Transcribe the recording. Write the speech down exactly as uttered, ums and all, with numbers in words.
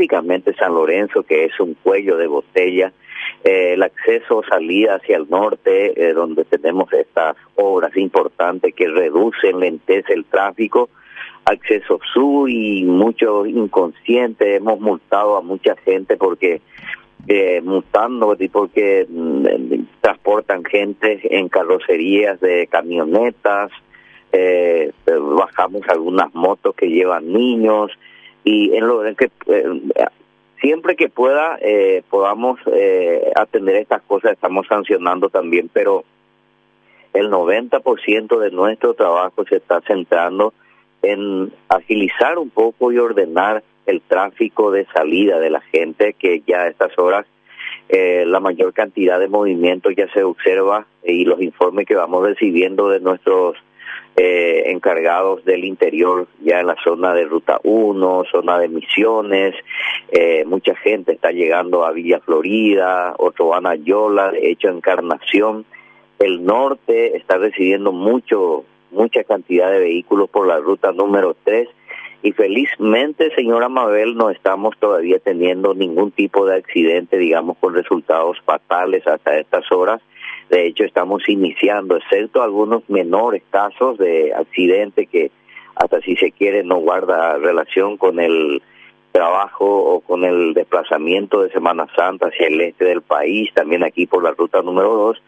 específicamente San Lorenzo, que es un cuello de botella, eh, el acceso o salida hacia el norte, eh, donde tenemos estas obras importantes que reducen, lentece el tráfico, acceso sur y muchos inconscientes, hemos multado a mucha gente porque eh, multando porque mm, transportan gente en carrocerías de camionetas, eh, bajamos algunas motos que llevan niños y en lo en que eh, siempre que pueda eh, podamos eh, atender estas cosas estamos sancionando también, pero el noventa por ciento de nuestro trabajo se está centrando en agilizar un poco y ordenar el tráfico de salida de la gente, que ya a estas horas eh, la mayor cantidad de movimientos ya se observa y los informes que vamos recibiendo de nuestros eh, encargados del interior, ya en la zona de Ruta uno, zona de Misiones, eh, mucha gente está llegando a Villa Florida, otro van a Yola, de hecho Encarnación, el norte está recibiendo mucho mucha cantidad de vehículos por la ruta número tres y felizmente, señora Mabel, no estamos todavía teniendo ningún tipo de accidente, digamos, con resultados fatales hasta estas horas. De hecho, estamos iniciando, excepto algunos menores casos de accidente que hasta si se quiere no guarda relación con el trabajo o con el desplazamiento de Semana Santa hacia el este del país, también aquí por la ruta número dos.